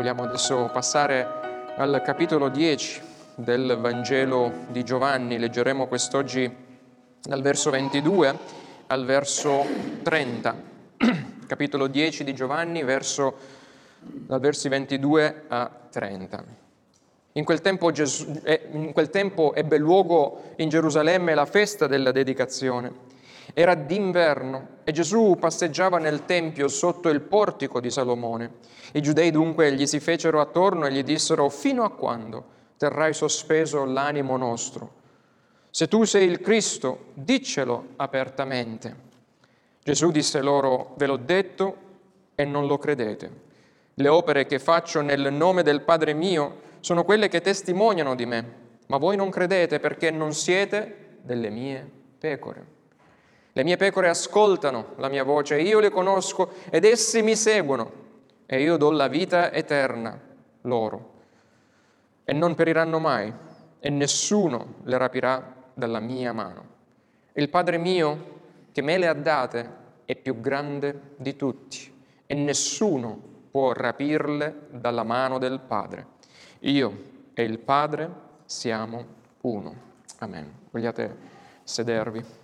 Vogliamo adesso passare al capitolo 10 del Vangelo di Giovanni. Leggeremo quest'oggi dal verso 22 al verso 30. Capitolo 10 di Giovanni, dal versi 22 a 30. In quel tempo ebbe luogo in Gerusalemme la festa della dedicazione. Era d'inverno e Gesù passeggiava nel Tempio sotto il portico di Salomone. I giudei dunque gli si fecero attorno e gli dissero: «Fino a quando terrai sospeso l'animo nostro? Se tu sei il Cristo, diccelo apertamente». Gesù disse loro: «Ve l'ho detto e non lo credete. Le opere che faccio nel nome del Padre mio sono quelle che testimoniano di me, ma voi non credete perché non siete delle mie pecore. Le mie pecore ascoltano la mia voce, io le conosco ed essi mi seguono e io do la vita eterna loro. E non periranno mai e nessuno le rapirà dalla mia mano. Il Padre mio che me le ha date è più grande di tutti e nessuno può rapirle dalla mano del Padre. Io e il Padre siamo uno». Amen. Vogliate sedervi?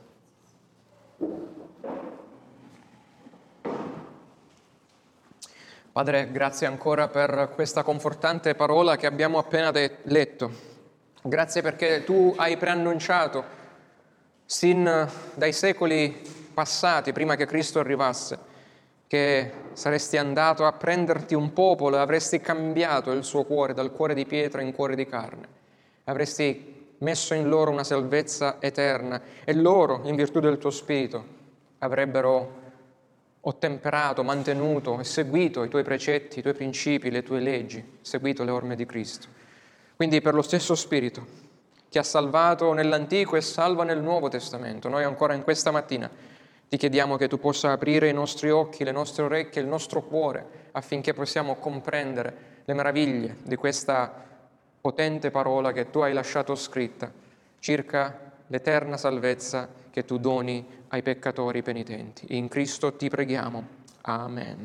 Padre, grazie ancora per questa confortante parola che abbiamo appena letto. Grazie perché tu hai preannunciato sin dai secoli passati, prima che Cristo arrivasse, che saresti andato a prenderti un popolo e avresti cambiato il suo cuore dal cuore di pietra in cuore di carne. Avresti messo in loro una salvezza eterna e loro, in virtù del tuo Spirito, avrebbero ottemperato, mantenuto e seguito i tuoi precetti, i tuoi principi, le tue leggi, seguito le orme di Cristo. Quindi per lo stesso Spirito che ha salvato nell'Antico e salva nel Nuovo Testamento, noi ancora in questa mattina ti chiediamo che tu possa aprire i nostri occhi, le nostre orecchie, il nostro cuore, affinché possiamo comprendere le meraviglie di questa potente parola che tu hai lasciato scritta circa l'eterna salvezza che tu doni ai peccatori penitenti. In Cristo ti preghiamo. Amen.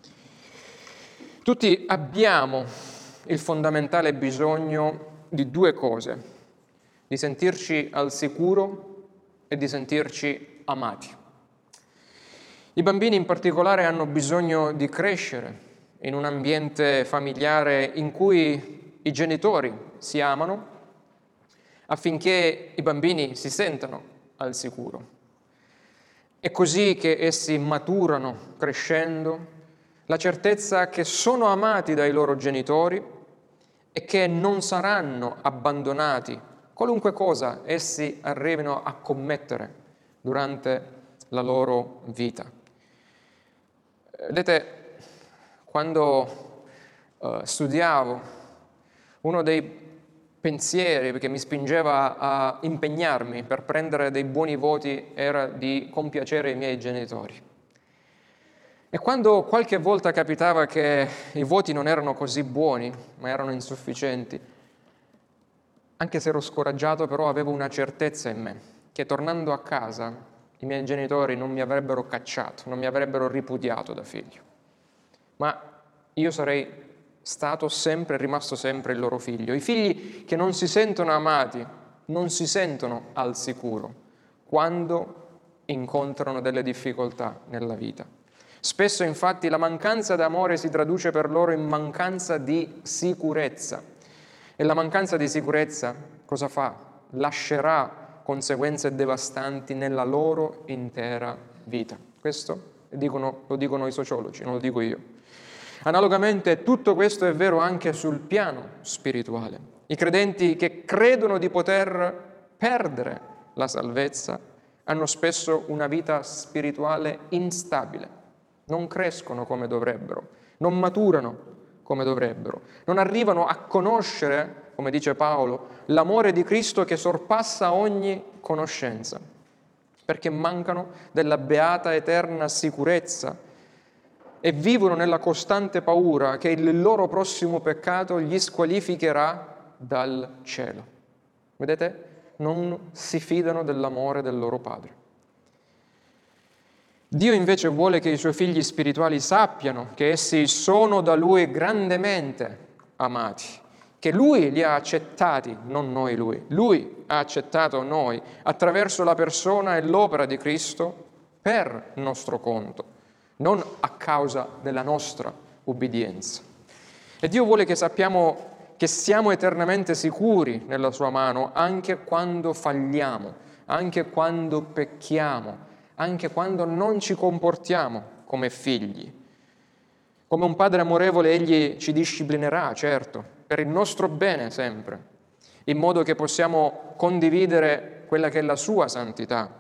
Tutti abbiamo il fondamentale bisogno di due cose: di sentirci al sicuro e di sentirci amati. I bambini in particolare hanno bisogno di crescere in un ambiente familiare in cui i genitori si amano, affinché i bambini si sentano al sicuro. È così che essi maturano crescendo la certezza che sono amati dai loro genitori e che non saranno abbandonati qualunque cosa essi arrivino a commettere durante la loro vita. Vedete, quando studiavo, uno dei pensieri che mi spingeva a impegnarmi per prendere dei buoni voti era di compiacere i miei genitori. E quando qualche volta capitava che i voti non erano così buoni, ma erano insufficienti, anche se ero scoraggiato, però avevo una certezza in me, che tornando a casa i miei genitori non mi avrebbero cacciato, non mi avrebbero ripudiato da figlio, ma io sarei rimasto sempre il loro figlio. I figli che non si sentono amati, non si sentono al sicuro quando incontrano delle difficoltà nella vita. Spesso infatti la mancanza d'amore si traduce per loro in mancanza di sicurezza. E la mancanza di sicurezza cosa fa? Lascerà conseguenze devastanti nella loro intera vita. Questo lo dicono i sociologi, non lo dico io. Analogamente tutto questo è vero anche sul piano spirituale. I credenti che credono di poter perdere la salvezza hanno spesso una vita spirituale instabile, non crescono come dovrebbero, non maturano come dovrebbero, non arrivano a conoscere, come dice Paolo, l'amore di Cristo che sorpassa ogni conoscenza, perché mancano della beata eterna sicurezza e vivono nella costante paura che il loro prossimo peccato gli squalificherà dal cielo. Vedete? Non si fidano dell'amore del loro Padre. Dio invece vuole che i suoi figli spirituali sappiano che essi sono da Lui grandemente amati, che Lui li ha accettati, non noi Lui. Lui ha accettato noi attraverso la persona e l'opera di Cristo per nostro conto, non a causa della nostra ubbidienza. E Dio vuole che sappiamo che siamo eternamente sicuri nella sua mano anche quando falliamo, anche quando pecchiamo, anche quando non ci comportiamo come figli. Come un padre amorevole egli ci disciplinerà, certo, per il nostro bene sempre, in modo che possiamo condividere quella che è la sua santità.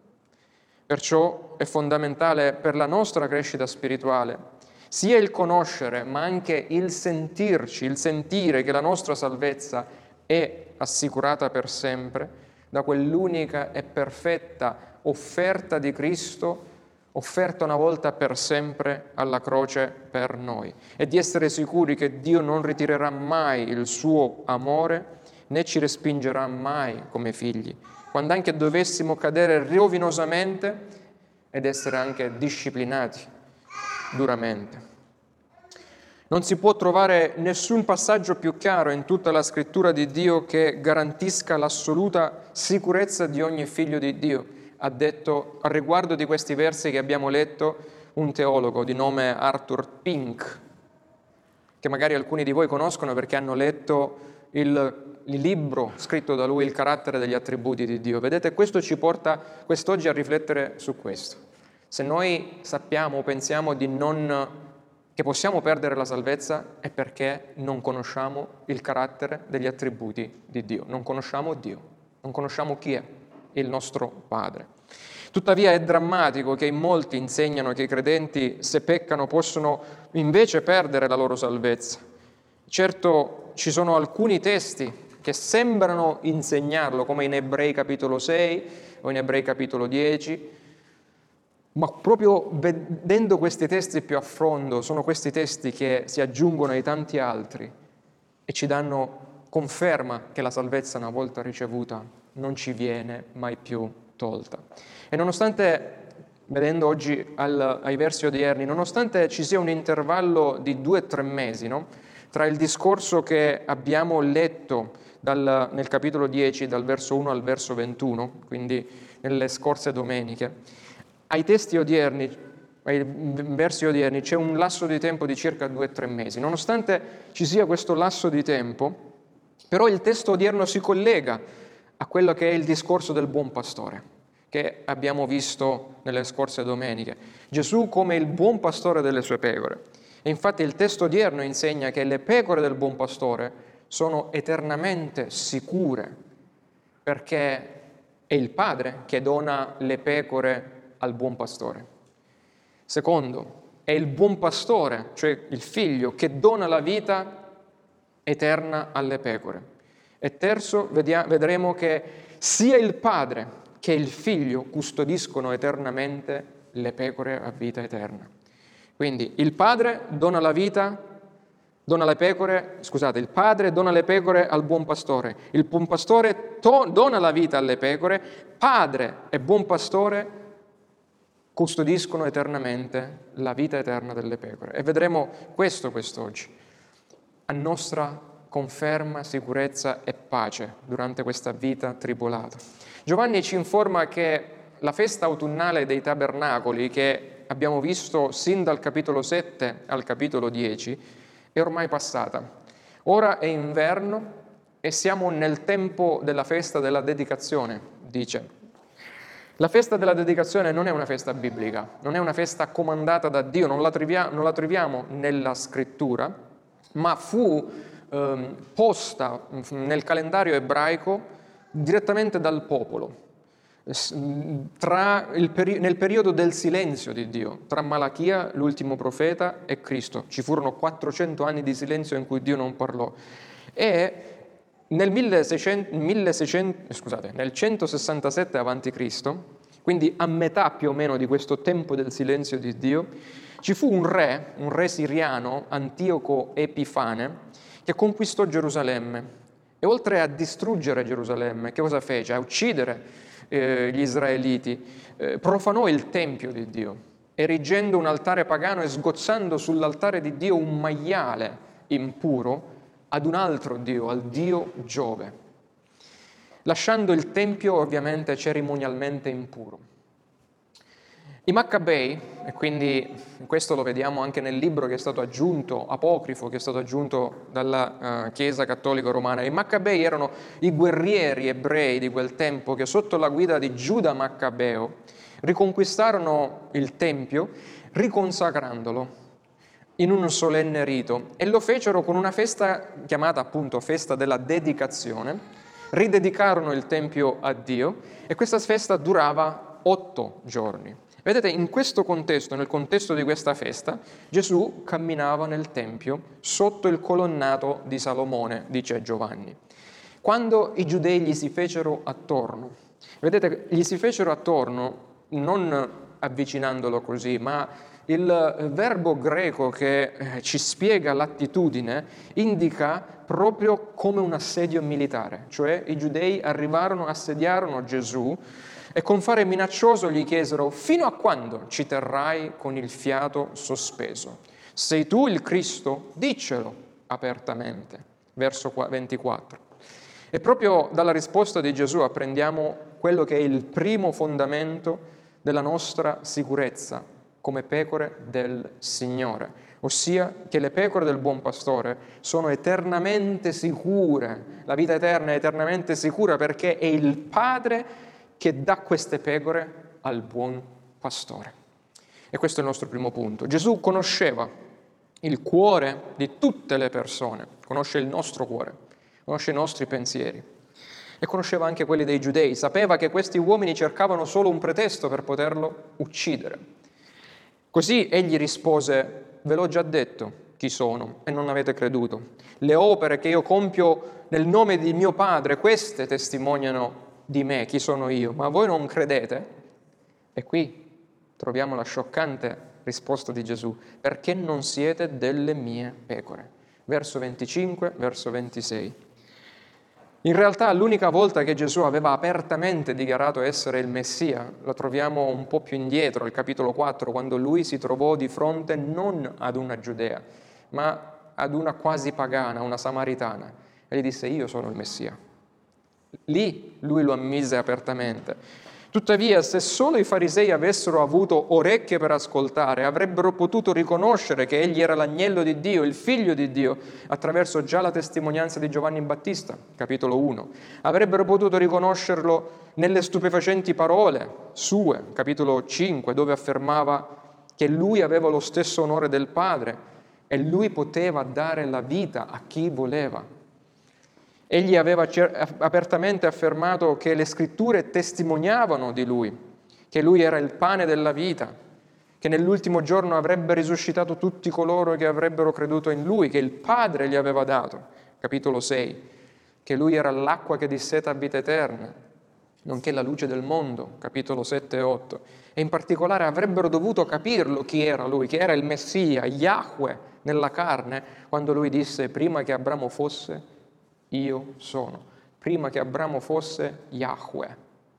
Perciò è fondamentale per la nostra crescita spirituale sia il conoscere, ma anche il sentirci, il sentire che la nostra salvezza è assicurata per sempre da quell'unica e perfetta offerta di Cristo, offerta una volta per sempre alla croce per noi, e di essere sicuri che Dio non ritirerà mai il suo amore, né ci respingerà mai come figli, quando anche dovessimo cadere rovinosamente ed essere anche disciplinati duramente. Non si può trovare nessun passaggio più chiaro in tutta la scrittura di Dio che garantisca l'assoluta sicurezza di ogni figlio di Dio. Ha detto al riguardo di questi versi che abbiamo letto un teologo di nome Arthur Pink, che magari alcuni di voi conoscono perché hanno letto il libro scritto da lui, Il carattere degli attributi di Dio. Vedete, questo ci porta quest'oggi a riflettere su questo. Se noi sappiamo o pensiamo che possiamo perdere la salvezza, è perché non conosciamo il carattere degli attributi di Dio, non conosciamo Dio, non conosciamo chi è il nostro Padre. Tuttavia è drammatico che in molti insegnano che i credenti, se peccano, possono invece perdere la loro salvezza. Certo, ci sono alcuni testi che sembrano insegnarlo, come in Ebrei capitolo 6 o in Ebrei capitolo 10, ma proprio vedendo questi testi più a fondo, sono questi testi che si aggiungono ai tanti altri e ci danno conferma che la salvezza, una volta ricevuta, non ci viene mai più tolta. E nonostante, vedendo oggi ai versi odierni, nonostante ci sia un intervallo di 2 o 3 mesi, no? Tra il discorso che abbiamo letto nel capitolo 10, dal verso 1 al verso 21, quindi nelle scorse domeniche, ai testi odierni, ai versi odierni, c'è un lasso di tempo di circa 2 o 3 mesi. Nonostante ci sia questo lasso di tempo, però il testo odierno si collega a quello che è il discorso del buon pastore, che abbiamo visto nelle scorse domeniche. Gesù come il buon pastore delle sue pecore. E infatti il testo odierno insegna che le pecore del buon pastore sono eternamente sicure, perché è il Padre che dona le pecore al buon pastore. Secondo, è il buon pastore, cioè il figlio, che dona la vita eterna alle pecore. E terzo, vedremo che sia il padre che il figlio custodiscono eternamente le pecore a vita eterna. Quindi il padre dona la vita, il padre dona le pecore al buon pastore, il buon pastore dona la vita alle pecore, padre e buon pastore custodiscono eternamente la vita eterna delle pecore. E vedremo questo quest'oggi, a nostra conferma, sicurezza e pace durante questa vita tribolata. Giovanni ci informa che la festa autunnale dei tabernacoli, che abbiamo visto sin dal capitolo 7 al capitolo 10, è ormai passata. Ora è inverno e siamo nel tempo della festa della dedicazione, dice. La festa della dedicazione non è una festa biblica, non è una festa comandata da Dio, non la troviamo nella scrittura, ma fu posta nel calendario ebraico direttamente dal popolo, nel periodo del silenzio di Dio, tra Malachia, l'ultimo profeta, e Cristo. Ci furono 400 anni di silenzio in cui Dio non parlò. E nel 167 a.C., quindi a metà più o meno di questo tempo del silenzio di Dio, ci fu un re siriano, Antioco Epifane, che conquistò Gerusalemme E oltre a distruggere Gerusalemme, che cosa fece? A uccidere gli israeliti, profanò il Tempio di Dio, erigendo un altare pagano e sgozzando sull'altare di Dio un maiale impuro ad un altro Dio, al Dio Giove, lasciando il Tempio ovviamente cerimonialmente impuro. I Maccabei, e quindi questo lo vediamo anche nel libro che è stato aggiunto, apocrifo, che è stato aggiunto dalla Chiesa Cattolica Romana, i Maccabei erano i guerrieri ebrei di quel tempo che sotto la guida di Giuda Maccabeo riconquistarono il Tempio riconsacrandolo in un solenne rito e lo fecero con una festa chiamata appunto festa della dedicazione, ridedicarono il Tempio a Dio e questa festa durava 8 giorni. Vedete, in questo contesto, nel contesto di questa festa, Gesù camminava nel Tempio sotto il colonnato di Salomone, dice Giovanni. Quando i giudei gli si fecero attorno, vedete, gli si fecero attorno non avvicinandolo così, ma il verbo greco che ci spiega l'attitudine indica proprio come un assedio militare, cioè i giudei arrivarono, assediarono Gesù e con fare minaccioso gli chiesero: fino a quando ci terrai con il fiato sospeso? Sei tu il Cristo? Diccelo apertamente. Verso 24. E proprio dalla risposta di Gesù apprendiamo quello che è il primo fondamento della nostra sicurezza come pecore del Signore, ossia che le pecore del buon pastore sono eternamente sicure, la vita eterna è eternamente sicura perché è il Padre che dà queste pecore al buon pastore. E questo è il nostro primo punto. Gesù conosceva il cuore di tutte le persone, conosce il nostro cuore, conosce i nostri pensieri e conosceva anche quelli dei giudei. Sapeva che questi uomini cercavano solo un pretesto per poterlo uccidere. Così egli rispose: ve l'ho già detto chi sono e non avete creduto. Le opere che io compio nel nome di mio Padre, queste testimoniano di me, chi sono io, ma voi non credete? E qui troviamo la scioccante risposta di Gesù: perché non siete delle mie pecore. Verso 25, verso 26. In realtà l'unica volta che Gesù aveva apertamente dichiarato essere il Messia la troviamo un po' più indietro, al capitolo 4, quando lui si trovò di fronte non ad una giudea, ma ad una quasi pagana, una samaritana, e gli disse: io sono il Messia. Lì lui lo ammise apertamente. Tuttavia, se solo i farisei avessero avuto orecchie per ascoltare, avrebbero potuto riconoscere che egli era l'agnello di Dio, il figlio di Dio, attraverso già la testimonianza di Giovanni Battista, capitolo 1. Avrebbero potuto riconoscerlo nelle stupefacenti parole sue, capitolo 5, dove affermava che lui aveva lo stesso onore del Padre e lui poteva dare la vita a chi voleva. Egli aveva apertamente affermato che le scritture testimoniavano di lui, che lui era il pane della vita, che nell'ultimo giorno avrebbe risuscitato tutti coloro che avrebbero creduto in lui, che il Padre gli aveva dato, capitolo 6, che lui era l'acqua che disseta vita eterna, nonché la luce del mondo, capitolo 7 e 8. E in particolare avrebbero dovuto capirlo chi era lui, che era il Messia, Yahweh nella carne, quando lui disse: prima che Abramo fosse, io sono. Prima che Abramo fosse, Yahweh.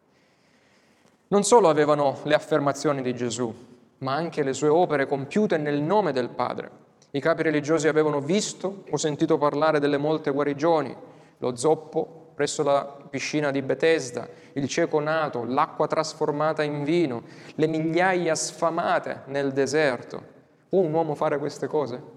Non solo avevano le affermazioni di Gesù, ma anche le sue opere compiute nel nome del Padre. I capi religiosi avevano visto o sentito parlare delle molte guarigioni, lo zoppo presso la piscina di Betesda, il cieco nato, l'acqua trasformata in vino, le migliaia sfamate nel deserto. Può un uomo fare queste cose?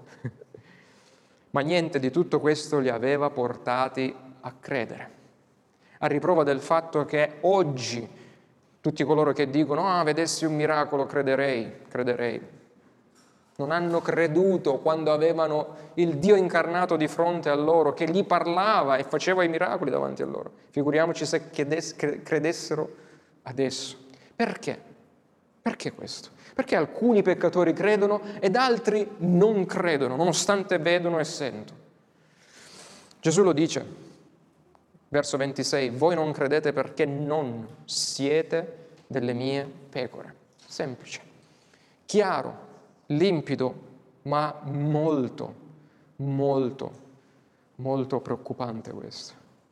Ma niente di tutto questo li aveva portati a credere. A riprova del fatto che oggi tutti coloro che dicono: vedessi un miracolo crederei. Non hanno creduto quando avevano il Dio incarnato di fronte a loro, che gli parlava e faceva i miracoli davanti a loro. Figuriamoci se credessero adesso. Perché? Perché questo? Perché alcuni peccatori credono ed altri non credono, nonostante vedono e sentono. Gesù lo dice, verso 26, voi non credete perché non siete delle mie pecore. Semplice, chiaro, limpido, ma molto, molto, molto preoccupante questo.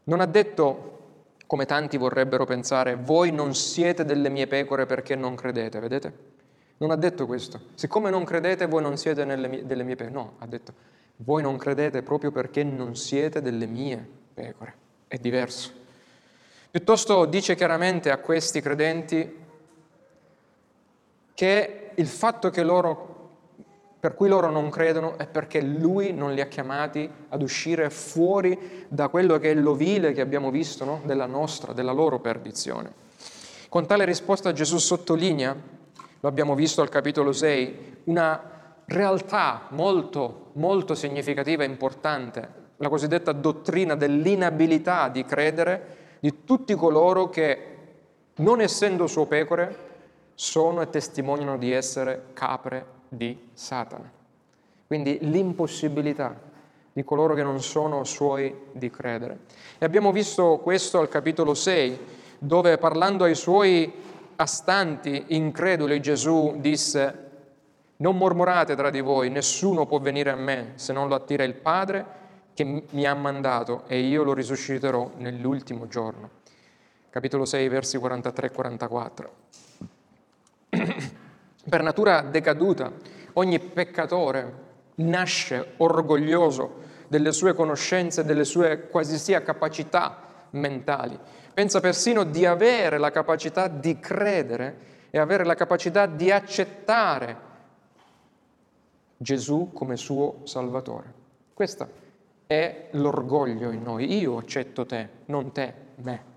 Non ha detto, come tanti vorrebbero pensare, voi non siete delle mie pecore perché non credete, vedete? Non ha detto questo. Siccome non credete, voi non siete delle mie pecore. No, ha detto, voi non credete proprio perché non siete delle mie pecore. È diverso. Piuttosto dice chiaramente a questi credenti che il fatto per cui loro non credono è perché Lui non li ha chiamati ad uscire fuori da quello che è l'ovile che abbiamo visto, no? Della loro perdizione. Con tale risposta Gesù sottolinea, lo abbiamo visto al capitolo 6, una realtà molto, molto significativa e importante, la cosiddetta dottrina dell'inabilità di credere di tutti coloro che, non essendo suo pecore, sono e testimoniano di essere capre di Satana. Quindi l'impossibilità di coloro che non sono suoi di credere. E abbiamo visto questo al capitolo 6, dove parlando ai suoi astanti, increduli, Gesù disse: non mormorate tra di voi, nessuno può venire a me se non lo attira il Padre che mi ha mandato e io lo risusciterò nell'ultimo giorno. Capitolo 6, versi 43 e 44. Per natura decaduta, ogni peccatore nasce orgoglioso delle sue conoscenze, delle sue quasi sia capacità mentali. Pensa persino di avere la capacità di credere e avere la capacità di accettare Gesù come suo Salvatore. Questo è l'orgoglio in noi. Io accetto te, non te, me.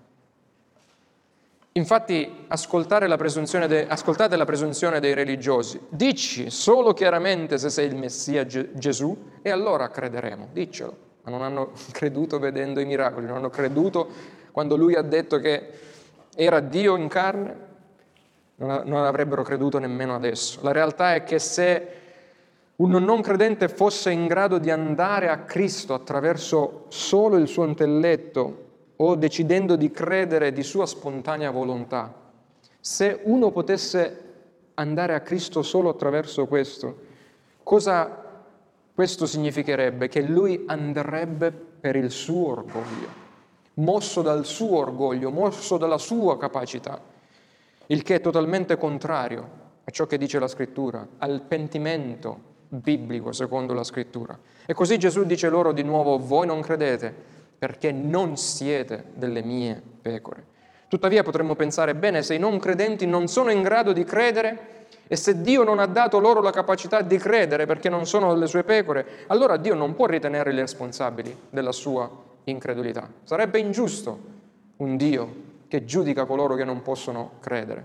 Infatti, ascoltate la presunzione dei religiosi. Dici solo chiaramente se sei il Messia Gesù e allora crederemo. Diccelo. Ma non hanno creduto vedendo i miracoli, non hanno creduto quando Lui ha detto che era Dio in carne, non avrebbero creduto nemmeno adesso. La realtà è che se un non credente fosse in grado di andare a Cristo attraverso solo il suo intelletto o decidendo di credere di sua spontanea volontà, se uno potesse andare a Cristo solo attraverso questo, cosa questo significherebbe? Che lui andrebbe per il suo orgoglio, mosso dal suo orgoglio, mosso dalla sua capacità, il che è totalmente contrario a ciò che dice la Scrittura, al pentimento biblico secondo la Scrittura. E così Gesù dice loro di nuovo: voi non credete perché non siete delle mie pecore. Tuttavia potremmo pensare: bene, se i non credenti non sono in grado di credere e se Dio non ha dato loro la capacità di credere perché non sono delle sue pecore, allora Dio non può ritenerli responsabili della sua incredulità. Sarebbe ingiusto un Dio che giudica coloro che non possono credere.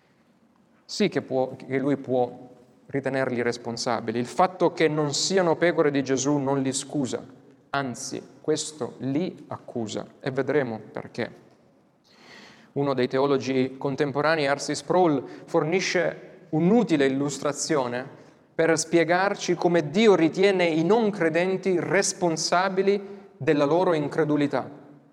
Sì che Lui può ritenerli responsabili. Il fatto che non siano pecore di Gesù non li scusa, anzi, questo li accusa e vedremo perché. Uno dei teologi contemporanei, R.C. Sproul, fornisce un'utile illustrazione per spiegarci come Dio ritiene i non credenti responsabili della loro incredulità,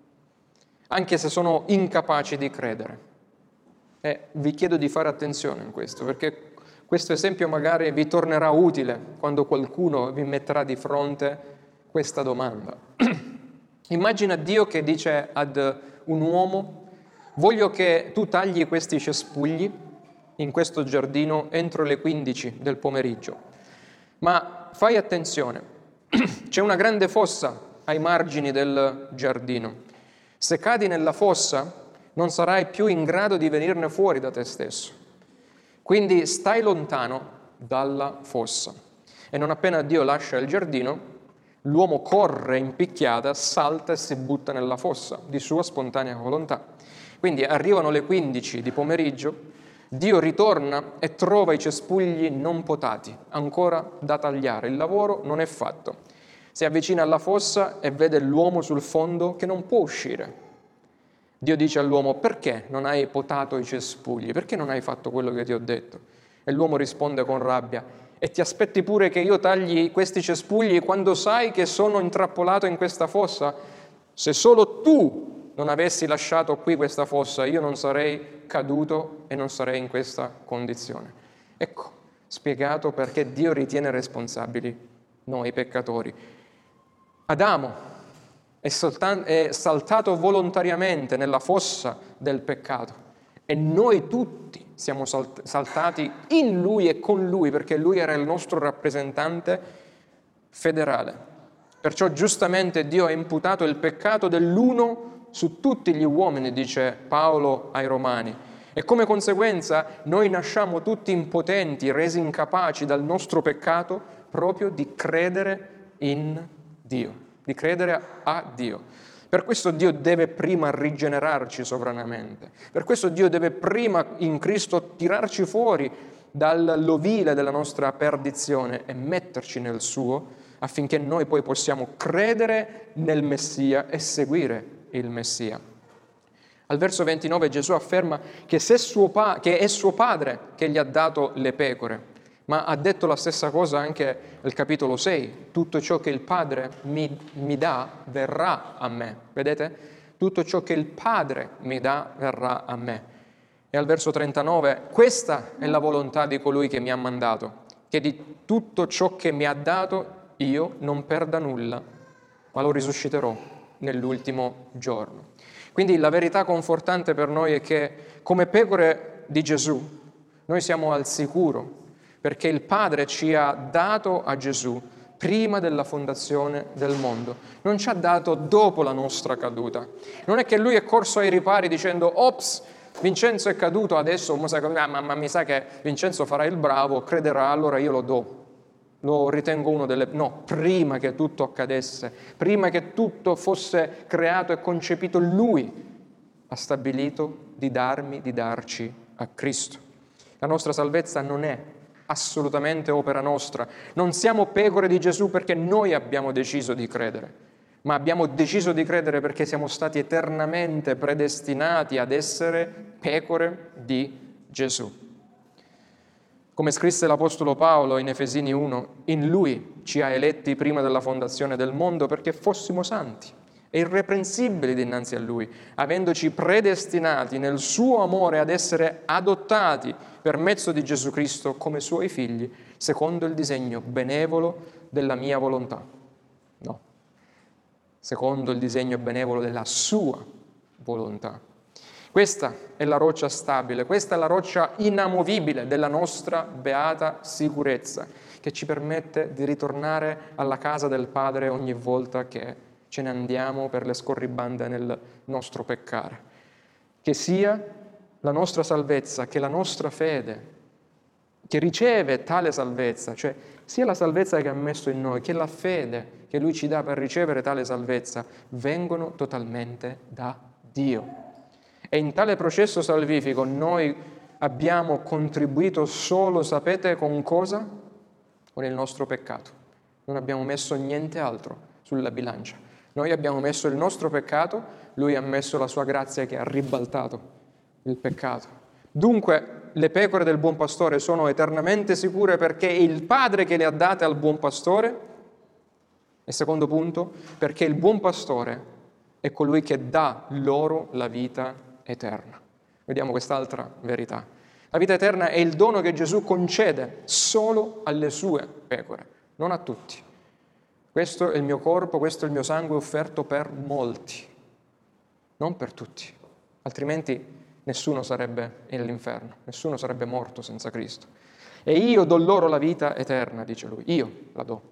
anche se sono incapaci di credere. E vi chiedo di fare attenzione in questo, perché questo esempio magari vi tornerà utile quando qualcuno vi metterà di fronte questa domanda. Immagina Dio che dice ad un uomo: voglio che tu tagli questi cespugli in questo giardino entro le 15 del pomeriggio. Ma fai attenzione, c'è una grande fossa ai margini del giardino. Se cadi nella fossa non sarai più in grado di venirne fuori da te stesso. Quindi stai lontano dalla fossa. E non appena Dio lascia il giardino, l'uomo corre in picchiata, salta e si butta nella fossa di sua spontanea volontà. Quindi arrivano le 15 di pomeriggio, Dio ritorna e trova i cespugli non potati, ancora da tagliare, il lavoro non è fatto. Si avvicina alla fossa e vede l'uomo sul fondo che non può uscire. Dio dice all'uomo: perché non hai potato i cespugli? Perché non hai fatto quello che ti ho detto? E l'uomo risponde con rabbia: e ti aspetti pure che io tagli questi cespugli quando sai che sono intrappolato in questa fossa? Se solo tu non avessi lasciato qui questa fossa, io non sarei caduto e non sarei in questa condizione. Ecco, spiegato perché Dio ritiene responsabili noi peccatori. Adamo è saltato volontariamente nella fossa del peccato e noi tutti siamo saltati in Lui e con Lui, perché Lui era il nostro rappresentante federale. Perciò giustamente Dio ha imputato il peccato dell'uno su tutti gli uomini, dice Paolo ai Romani. E come conseguenza noi nasciamo tutti impotenti, resi incapaci dal nostro peccato proprio di credere in Dio, di credere a Dio. Per questo Dio deve prima rigenerarci sovranamente. Per questo Dio deve prima in Cristo tirarci fuori dall'ovile della nostra perdizione e metterci nel suo, affinché noi poi possiamo credere nel Messia e seguire il Messia. Al verso 29 Gesù afferma che che è suo padre che gli ha dato le pecore, ma ha detto la stessa cosa anche nel capitolo 6. Tutto ciò che il Padre mi dà verrà a me. Vedete? Tutto ciò che il Padre mi dà verrà a me. E al verso 39, questa è la volontà di colui che mi ha mandato, che di tutto ciò che mi ha dato io non perda nulla, ma lo risusciterò nell'ultimo giorno. Quindi la verità confortante per noi è che come pecore di Gesù noi siamo al sicuro, perché il Padre ci ha dato a Gesù prima della fondazione del mondo. Non ci ha dato dopo la nostra caduta. Non è che Lui è corso ai ripari dicendo «Ops, Vincenzo è caduto, adesso ma mi sa che Vincenzo farà il bravo, crederà, allora io lo do». Lo ritengo uno delle... No, prima che tutto accadesse, prima che tutto fosse creato e concepito, Lui ha stabilito di darci a Cristo. La nostra salvezza non è assolutamente opera nostra. Non siamo pecore di Gesù perché noi abbiamo deciso di credere, ma abbiamo deciso di credere perché siamo stati eternamente predestinati ad essere pecore di Gesù. Come scrisse l'Apostolo Paolo in Efesini 1, in Lui ci ha eletti prima della fondazione del mondo perché fossimo santi e irreprensibili dinanzi a Lui, avendoci predestinati nel suo amore ad essere adottati per mezzo di Gesù Cristo come Suoi figli, secondo il disegno benevolo della mia volontà. No, secondo il disegno benevolo della Sua volontà. Questa è la roccia stabile, questa è la roccia inamovibile della nostra beata sicurezza, che ci permette di ritornare alla casa del Padre ogni volta che ce ne andiamo per le scorribande nel nostro peccare. Che sia la nostra salvezza, che la nostra fede, che riceve tale salvezza, cioè sia la salvezza che ha messo in noi, che la fede che Lui ci dà per ricevere tale salvezza, vengono totalmente da Dio. E in tale processo salvifico noi abbiamo contribuito solo, sapete con cosa? Con il nostro peccato. Non abbiamo messo niente altro sulla bilancia. Noi abbiamo messo il nostro peccato, Lui ha messo la sua grazia che ha ribaltato il peccato. Dunque le pecore del buon pastore sono eternamente sicure perché è il Padre che le ha date al buon pastore. E secondo punto, perché il buon pastore è colui che dà loro la vita eterna. Vediamo quest'altra verità. La vita eterna è il dono che Gesù concede solo alle sue pecore, non a tutti. Questo è il mio corpo, questo è il mio sangue offerto per molti, non per tutti. Altrimenti nessuno sarebbe nell'inferno, nessuno sarebbe morto senza Cristo. E io do loro la vita eterna, dice Lui, io la do.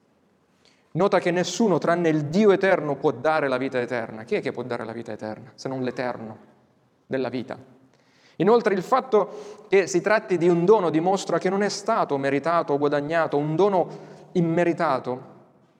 Nota che nessuno tranne il Dio eterno può dare la vita eterna. Chi è che può dare la vita eterna se non l'Eterno della vita? Inoltre il fatto che si tratti di un dono dimostra che non è stato meritato o guadagnato, un dono immeritato,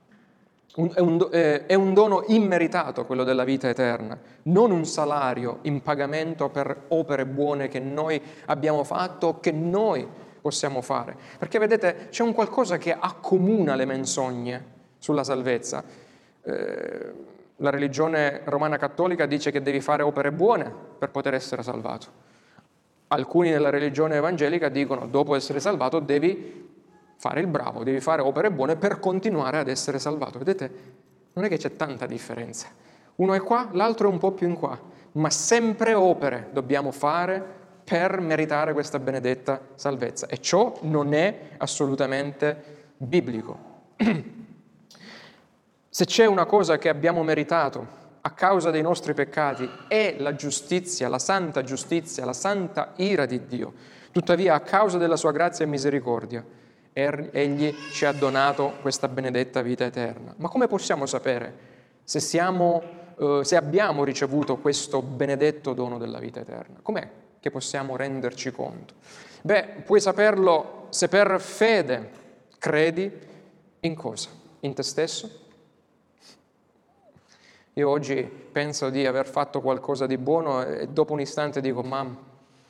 è un dono immeritato quello della vita eterna, non un salario in pagamento per opere buone che noi abbiamo fatto o che noi possiamo fare. Perché vedete, c'è un qualcosa che accomuna le menzogne sulla salvezza. La religione romana cattolica dice che devi fare opere buone per poter essere salvato. Alcuni nella religione evangelica dicono dopo essere salvato devi fare il bravo, devi fare opere buone per continuare ad essere salvato. Vedete, non è che c'è tanta differenza. Uno è qua, l'altro è un po' più in qua, ma sempre opere dobbiamo fare per meritare questa benedetta salvezza. E ciò non è assolutamente biblico. Se c'è una cosa che abbiamo meritato a causa dei nostri peccati è la giustizia, la santa ira di Dio. Tuttavia, a causa della sua grazia e misericordia, Egli ci ha donato questa benedetta vita eterna. Ma come possiamo sapere se abbiamo ricevuto questo benedetto dono della vita eterna? Com'è che possiamo renderci conto? Puoi saperlo se per fede credi in cosa? In te stesso? Io oggi penso di aver fatto qualcosa di buono e dopo un istante dico, mamma,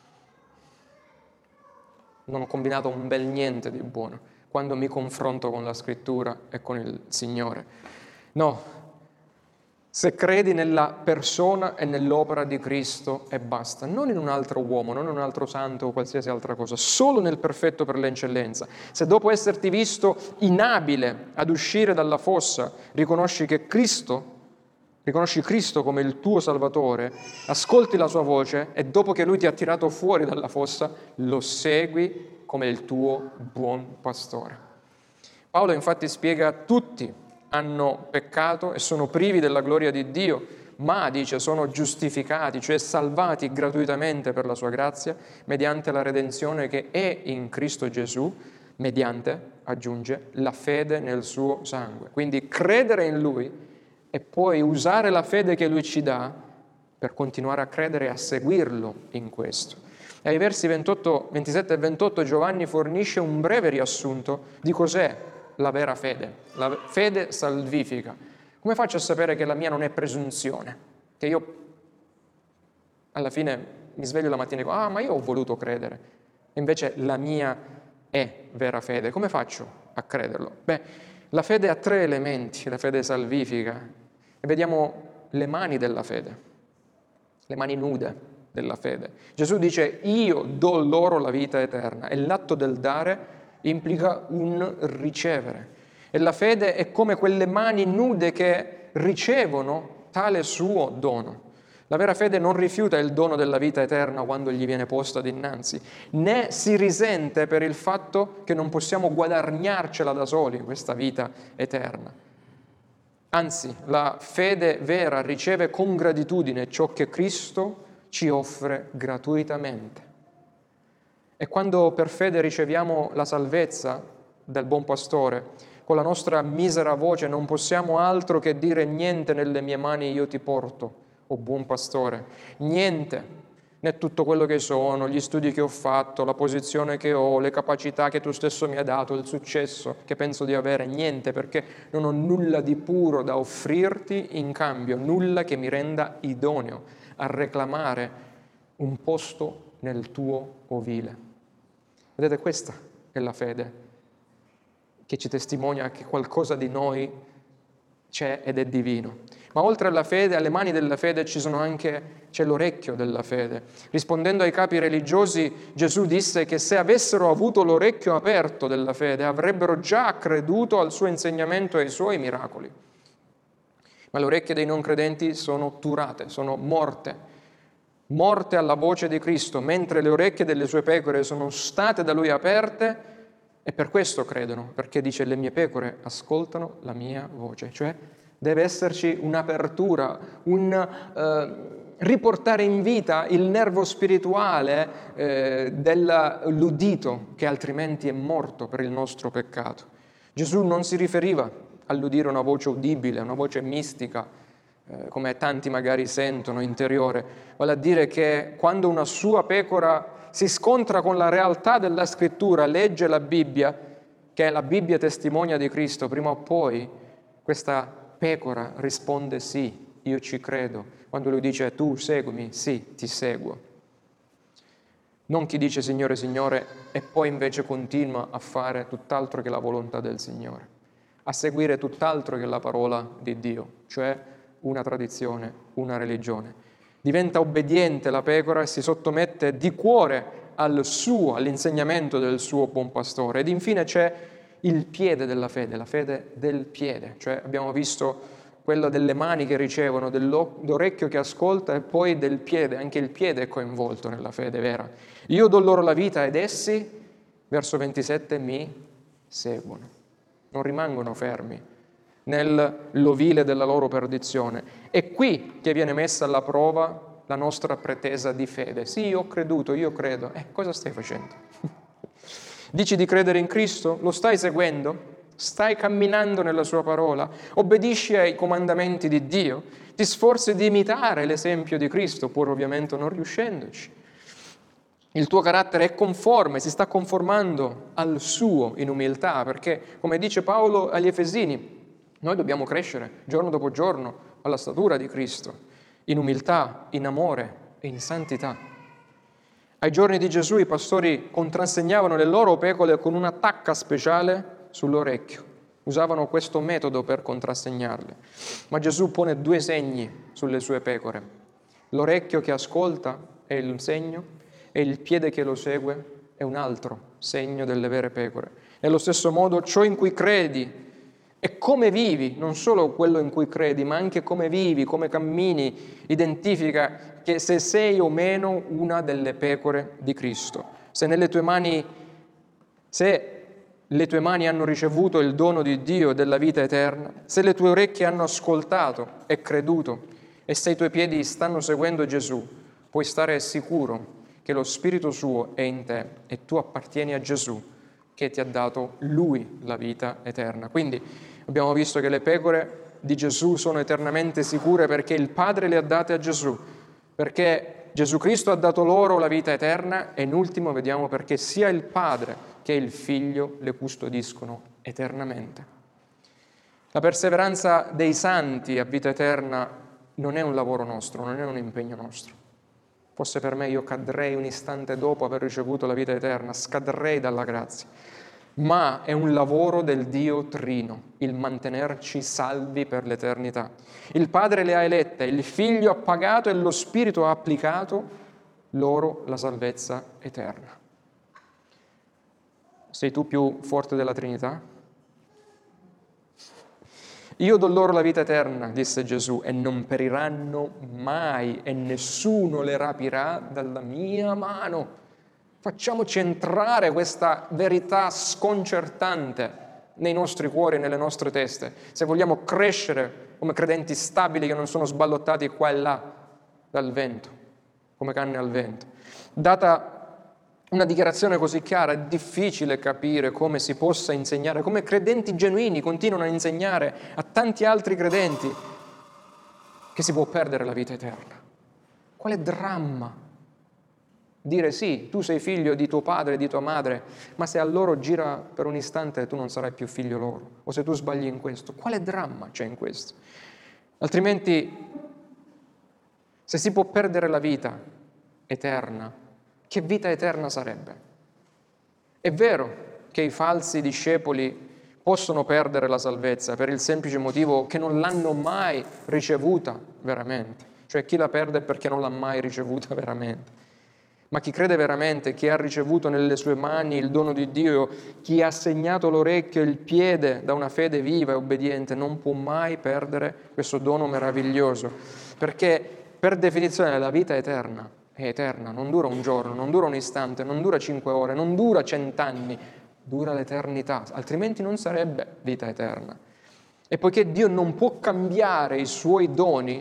non ho combinato un bel niente di buono quando mi confronto con la Scrittura e con il Signore. No, se credi nella persona e nell'opera di Cristo e basta, non in un altro uomo, non in un altro santo o qualsiasi altra cosa, solo nel perfetto per l'eccellenza. Se dopo esserti visto inabile ad uscire dalla fossa, riconosci Cristo come il tuo Salvatore, ascolti la sua voce e dopo che Lui ti ha tirato fuori dalla fossa, lo segui come il tuo buon pastore. Paolo infatti spiega: tutti hanno peccato e sono privi della gloria di Dio, ma, dice, sono giustificati, cioè salvati gratuitamente per la sua grazia, mediante la redenzione che è in Cristo Gesù, mediante, aggiunge, la fede nel suo sangue. Quindi credere in Lui e poi usare la fede che Lui ci dà per continuare a credere e a seguirlo in questo. E ai versi 27 e 28 Giovanni fornisce un breve riassunto di cos'è la vera fede, la fede salvifica. Come faccio a sapere che la mia non è presunzione? Che io alla fine mi sveglio la mattina e dico, ma io ho voluto credere, e invece la mia è vera fede. Come faccio a crederlo? La fede ha 3 elementi, la fede salvifica, e vediamo le mani della fede, le mani nude della fede. Gesù dice: io do loro la vita eterna, e l'atto del dare implica un ricevere. E la fede è come quelle mani nude che ricevono tale suo dono. La vera fede non rifiuta il dono della vita eterna quando gli viene posta dinanzi, né si risente per il fatto che non possiamo guadagnarcela da soli questa vita eterna. Anzi, la fede vera riceve con gratitudine ciò che Cristo ci offre gratuitamente. E quando per fede riceviamo la salvezza del buon pastore, con la nostra misera voce non possiamo altro che dire: niente nelle mie mani io ti porto, o buon pastore, niente, né tutto quello che sono, gli studi che ho fatto, la posizione che ho, le capacità che tu stesso mi hai dato, il successo che penso di avere, niente, perché non ho nulla di puro da offrirti in cambio, nulla che mi renda idoneo a reclamare un posto nel tuo ovile. Vedete, questa è la fede che ci testimonia che qualcosa di noi c'è ed è divino. Ma oltre alla fede, alle mani della fede c'è l'orecchio della fede. Rispondendo ai capi religiosi, Gesù disse che se avessero avuto l'orecchio aperto della fede, avrebbero già creduto al suo insegnamento e ai suoi miracoli. Ma le orecchie dei non credenti sono turate, sono morte alla voce di Cristo, mentre le orecchie delle sue pecore sono state da Lui aperte, e per questo credono, perché dice: le mie pecore ascoltano la mia voce. Cioè deve esserci un'apertura, riportare in vita il nervo spirituale dell'udito, che altrimenti è morto per il nostro peccato. Gesù non si riferiva all'udire una voce udibile, una voce mistica, come tanti magari sentono, interiore, vale a dire che quando una sua pecora si scontra con la realtà della Scrittura, legge la Bibbia, che la Bibbia testimonia di Cristo, prima o poi questa pecora risponde: sì, io ci credo. Quando Lui dice: tu seguimi, sì, ti seguo. Non chi dice Signore, Signore, e poi invece continua a fare tutt'altro che la volontà del Signore, a seguire tutt'altro che la parola di Dio, cioè una tradizione, una religione. Diventa obbediente la pecora e si sottomette di cuore all'insegnamento del suo buon pastore. Ed infine c'è il piede della fede, la fede del piede, cioè abbiamo visto quella delle mani che ricevono, dell'orecchio che ascolta e poi del piede. Anche il piede è coinvolto nella fede vera. Io do loro la vita ed essi, verso 27, mi seguono. Non rimangono fermi nell'ovile della loro perdizione. È qui che viene messa alla prova la nostra pretesa di fede. Sì, io ho creduto, io credo. Cosa stai facendo? Dici di credere in Cristo? Lo stai seguendo? Stai camminando nella sua parola? Obbedisci ai comandamenti di Dio? Ti sforzi di imitare l'esempio di Cristo, pur ovviamente non riuscendoci? Il tuo carattere è conforme, si sta conformando al suo in umiltà, perché, come dice Paolo agli Efesini, noi dobbiamo crescere giorno dopo giorno alla statura di Cristo, in umiltà, in amore e in santità. Ai giorni di Gesù i pastori contrassegnavano le loro pecore con una tacca speciale sull'orecchio. Usavano questo metodo per contrassegnarle. Ma Gesù pone 2 segni sulle sue pecore. L'orecchio che ascolta è il segno e il piede che lo segue è un altro segno delle vere pecore. Nello stesso modo, ciò in cui credi e come vivi, non solo quello in cui credi, ma anche come vivi, come cammini, identifica che se sei o meno una delle pecore di Cristo. Se le tue mani hanno ricevuto il dono di Dio della vita eterna, se le tue orecchie hanno ascoltato e creduto, e se i tuoi piedi stanno seguendo Gesù, puoi stare sicuro che lo Spirito suo è in te e tu appartieni a Gesù, che ti ha dato Lui la vita eterna. Quindi abbiamo visto che le pecore di Gesù sono eternamente sicure perché il Padre le ha date a Gesù, perché Gesù Cristo ha dato loro la vita eterna e in ultimo vediamo perché sia il Padre che il Figlio le custodiscono eternamente. La perseveranza dei santi a vita eterna non è un lavoro nostro, non è un impegno nostro. Fosse per me io cadrei un istante dopo aver ricevuto la vita eterna, scadrei dalla grazia. Ma è un lavoro del Dio Trino, il mantenerci salvi per l'eternità. Il Padre le ha elette, il Figlio ha pagato e lo Spirito ha applicato loro la salvezza eterna. Sei tu più forte della Trinità? Io do loro la vita eterna, disse Gesù, e non periranno mai e nessuno le rapirà dalla mia mano. Facciamoci entrare questa verità sconcertante nei nostri cuori e nelle nostre teste, se vogliamo crescere come credenti stabili che non sono sballottati qua e là dal vento, come canne al vento. Data una dichiarazione così chiara, è difficile capire come si possa insegnare, come credenti genuini continuano a insegnare a tanti altri credenti che si può perdere la vita eterna. Quale dramma dire sì, tu sei figlio di tuo padre e di tua madre, ma se a loro gira per un istante tu non sarai più figlio loro, o se tu sbagli in questo, quale dramma c'è in questo? Altrimenti, se si può perdere la vita eterna, che vita eterna sarebbe? È vero che i falsi discepoli possono perdere la salvezza per il semplice motivo che non l'hanno mai ricevuta veramente. Cioè chi la perde è perché non l'ha mai ricevuta veramente. Ma chi crede veramente, chi ha ricevuto nelle sue mani il dono di Dio, chi ha segnato l'orecchio e il piede da una fede viva e obbediente, non può mai perdere questo dono meraviglioso. Perché per definizione la vita eterna è eterna, non dura un giorno, non dura un istante, non dura 5 ore, non dura 100 anni, dura l'eternità, altrimenti non sarebbe vita eterna. E poiché Dio non può cambiare i suoi doni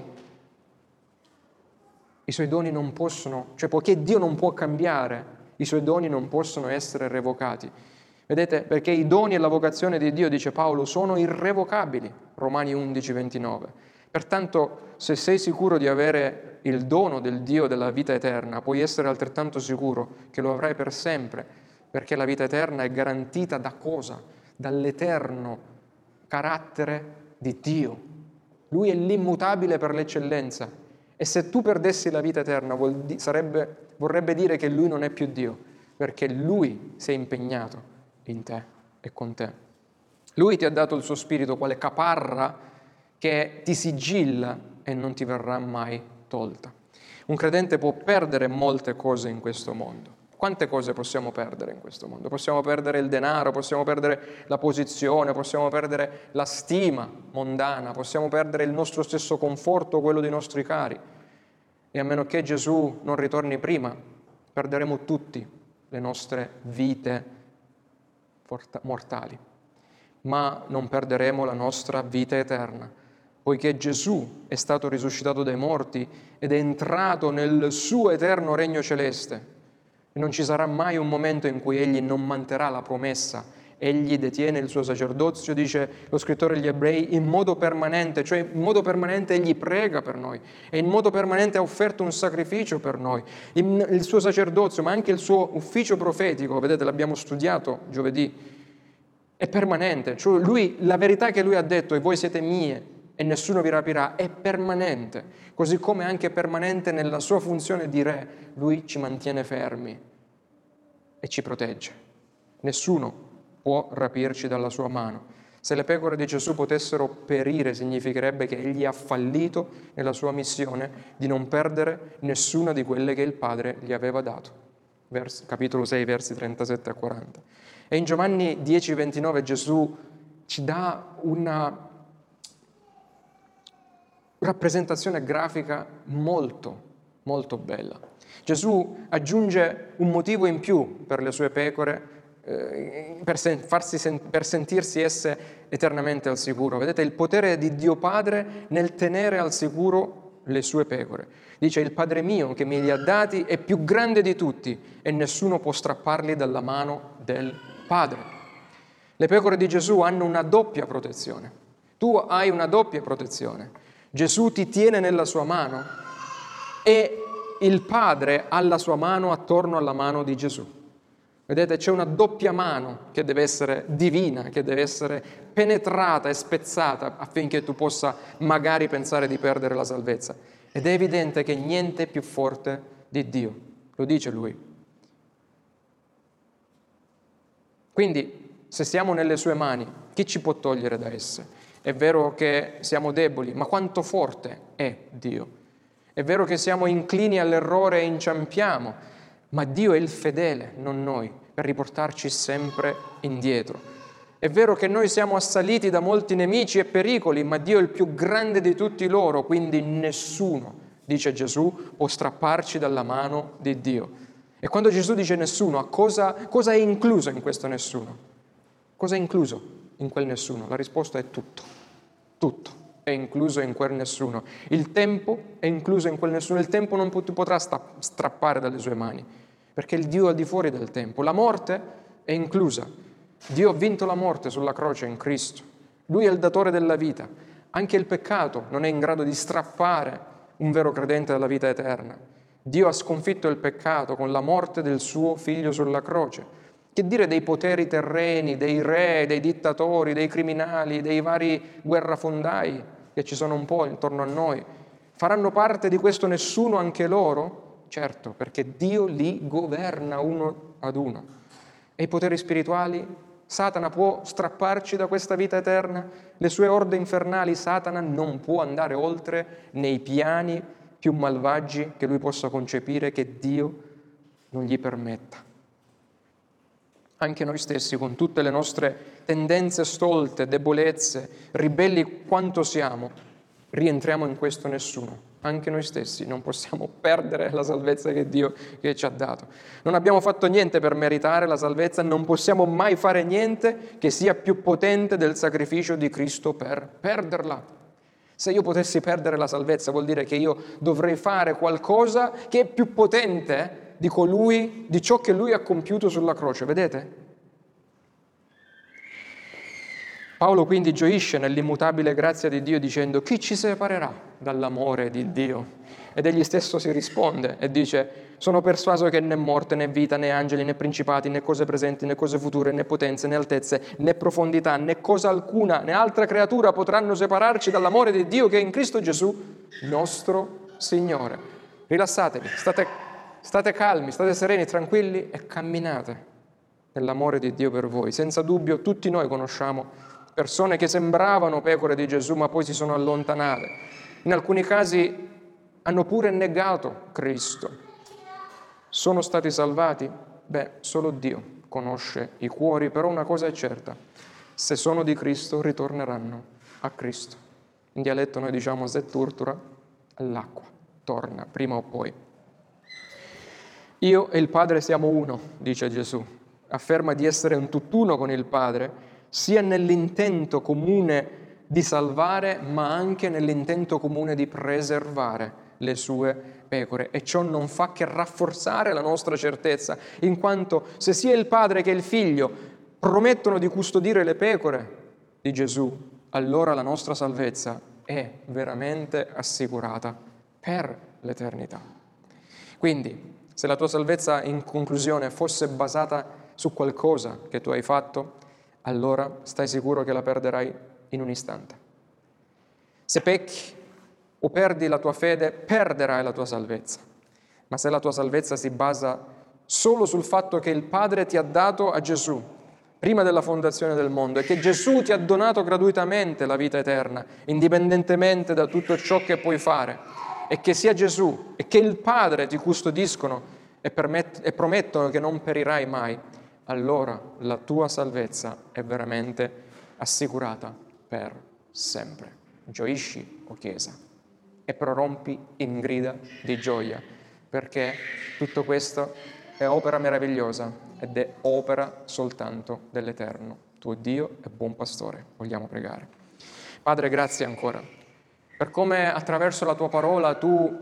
non possono, cioè poiché Dio non può cambiare, i suoi doni non possono essere revocati. Vedete? Perché i doni e la vocazione di Dio, dice Paolo, sono irrevocabili, Romani 11, 29. Pertanto, se sei sicuro di avere il dono del Dio della vita eterna, puoi essere altrettanto sicuro che lo avrai per sempre, perché la vita eterna è garantita da cosa? Dall'eterno carattere di Dio. Lui è l'immutabile per l'eccellenza. E se tu perdessi la vita eterna, vorrebbe dire che Lui non è più Dio, perché Lui si è impegnato in te e con te. Lui ti ha dato il suo spirito quale caparra che ti sigilla e non ti verrà mai tolta. Un credente può perdere molte cose in questo mondo. Quante cose possiamo perdere in questo mondo? Possiamo perdere il denaro, possiamo perdere la posizione, possiamo perdere la stima mondana, possiamo perdere il nostro stesso conforto, quello dei nostri cari. E a meno che Gesù non ritorni prima, perderemo tutti le nostre vite mortali. ma non perderemo la nostra vita eterna, poiché Gesù è stato risuscitato dai morti ed è entrato nel suo eterno regno celeste. E non ci sarà mai un momento in cui egli non manterrà la promessa. Egli detiene il suo sacerdozio, dice lo scrittore agli Ebrei, in modo permanente, cioè in modo permanente egli prega per noi e in modo permanente ha offerto un sacrificio per noi. Il suo sacerdozio, ma anche il suo ufficio profetico, vedete, l'abbiamo studiato giovedì, è permanente. Cioè la verità che lui ha detto, e voi siete mie e nessuno vi rapirà, è permanente. Così come anche permanente nella sua funzione di re, lui ci mantiene fermi e ci protegge. Nessuno può rapirci dalla sua mano. Se le pecore di Gesù potessero perire, significherebbe che egli ha fallito nella sua missione di non perdere nessuna di quelle che il Padre gli aveva dato. Capitolo 6, versi 37 a 40. E in Giovanni 10, 29 Gesù ci dà una rappresentazione grafica molto, molto bella. Gesù aggiunge un motivo in più per le sue pecore, per sentirsi esse eternamente al sicuro. Vedete il potere di Dio Padre nel tenere al sicuro le sue pecore. Dice: il Padre mio che me li ha dati è più grande di tutti e nessuno può strapparli dalla mano del Padre. Le pecore di Gesù hanno una doppia protezione. Tu hai una doppia protezione. Gesù ti tiene nella sua mano e il Padre ha la sua mano attorno alla mano di Gesù. Vedete, c'è una doppia mano che deve essere divina, che deve essere penetrata e spezzata affinché tu possa magari pensare di perdere la salvezza. Ed è evidente che niente è più forte di Dio, lo dice Lui. Quindi, se siamo nelle sue mani, chi ci può togliere da esse? È vero che siamo deboli, ma quanto forte è Dio? È vero che siamo inclini all'errore e inciampiamo, ma Dio è il fedele, non noi, per riportarci sempre indietro. È vero che noi siamo assaliti da molti nemici e pericoli, ma Dio è il più grande di tutti loro, quindi nessuno, dice Gesù, può strapparci dalla mano di Dio. E quando Gesù dice nessuno, cosa è incluso in questo nessuno? Cosa è incluso in quel nessuno? La risposta è tutto. Tutto è incluso in quel nessuno. Il tempo è incluso in quel nessuno. Il tempo non ti potrà strappare dalle sue mani, perché il Dio è al di fuori del tempo. La morte è inclusa. Dio ha vinto la morte sulla croce in Cristo. Lui è il datore della vita. Anche il peccato non è in grado di strappare un vero credente dalla vita eterna. Dio ha sconfitto il peccato con la morte del suo figlio sulla croce. Che dire dei poteri terreni, dei re, dei dittatori, dei criminali, dei vari guerrafondai che ci sono un po' intorno a noi? Faranno parte di questo nessuno anche loro? Certo, perché Dio li governa uno ad uno. E i poteri spirituali? Satana può strapparci da questa vita eterna? Le sue orde infernali? Satana non può andare oltre nei piani più malvagi che lui possa concepire, che Dio non gli permetta. Anche noi stessi, con tutte le nostre tendenze stolte, debolezze, ribelli quanto siamo, rientriamo in questo nessuno. Anche noi stessi non possiamo perdere la salvezza che Dio ci ha dato. Non abbiamo fatto niente per meritare la salvezza, non possiamo mai fare niente che sia più potente del sacrificio di Cristo per perderla. Se io potessi perdere la salvezza, vuol dire che io dovrei fare qualcosa che è più potente di colui, di ciò che lui ha compiuto sulla croce, vedete? Paolo quindi gioisce nell'immutabile grazia di Dio dicendo: chi ci separerà dall'amore di Dio? Ed egli stesso si risponde e dice: sono persuaso che né morte, né vita, né angeli, né principati, né cose presenti, né cose future, né potenze, né altezze, né profondità, né cosa alcuna, né altra creatura potranno separarci dall'amore di Dio che è in Cristo Gesù, nostro Signore. Rilassatevi, state calmi, state sereni, tranquilli e camminate nell'amore di Dio per voi. Senza dubbio tutti noi conosciamo persone che sembravano pecore di Gesù ma poi si sono allontanate. In alcuni casi hanno pure negato Cristo. Sono stati salvati? Beh, solo Dio conosce i cuori, però una cosa è certa: se sono di Cristo ritorneranno a Cristo. In dialetto noi diciamo setturtura all'acqua, torna prima o poi. Io e il Padre siamo uno, dice Gesù. Afferma di essere un tutt'uno con il Padre, sia nell'intento comune di salvare, ma anche nell'intento comune di preservare le sue pecore. E ciò non fa che rafforzare la nostra certezza, in quanto se sia il Padre che il Figlio promettono di custodire le pecore di Gesù, allora la nostra salvezza è veramente assicurata per l'eternità. Quindi, se la tua salvezza in conclusione fosse basata su qualcosa che tu hai fatto, allora stai sicuro che la perderai in un istante. Se pecchi o perdi la tua fede, perderai la tua salvezza. Ma se la tua salvezza si basa solo sul fatto che il Padre ti ha dato a Gesù prima della fondazione del mondo e che Gesù ti ha donato gratuitamente la vita eterna, indipendentemente da tutto ciò che puoi fare, e che sia Gesù e che il Padre ti custodiscono e promettono che non perirai mai, allora la tua salvezza è veramente assicurata per sempre. Gioisci, o Chiesa, e prorompi in grida di gioia, perché tutto questo è opera meravigliosa ed è opera soltanto dell'Eterno, tuo Dio e buon pastore. Vogliamo pregare. Padre, grazie ancora per come attraverso la tua parola tu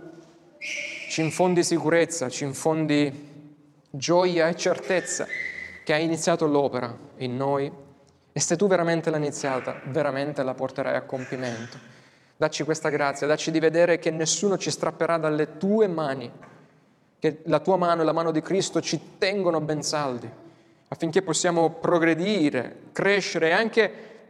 ci infondi sicurezza, ci infondi gioia e certezza che hai iniziato l'opera in noi, e se tu veramente l'hai iniziata, veramente la porterai a compimento. Dacci questa grazia, dacci di vedere che nessuno ci strapperà dalle tue mani, che la tua mano e la mano di Cristo ci tengono ben saldi, affinché possiamo progredire, crescere, e anche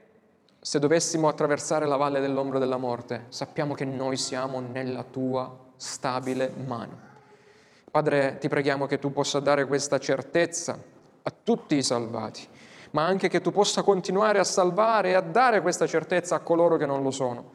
se dovessimo attraversare la valle dell'ombra della morte, sappiamo che noi siamo nella tua stabile mano. Padre, ti preghiamo che tu possa dare questa certezza a tutti i salvati, ma anche che tu possa continuare a salvare e a dare questa certezza a coloro che non lo sono.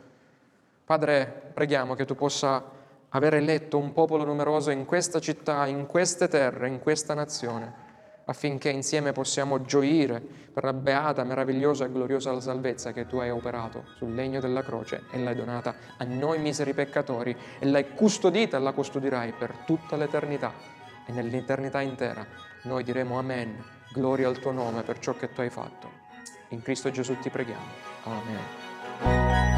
Padre, preghiamo che tu possa aver eletto un popolo numeroso in questa città, in queste terre, in questa nazione, affinché insieme possiamo gioire per la beata, meravigliosa e gloriosa salvezza che tu hai operato sul legno della croce e l'hai donata a noi miseri peccatori e l'hai custodita e la custodirai per tutta l'eternità, e nell'eternità intera noi diremo amen, gloria al tuo nome per ciò che tu hai fatto. In Cristo Gesù ti preghiamo. Amen.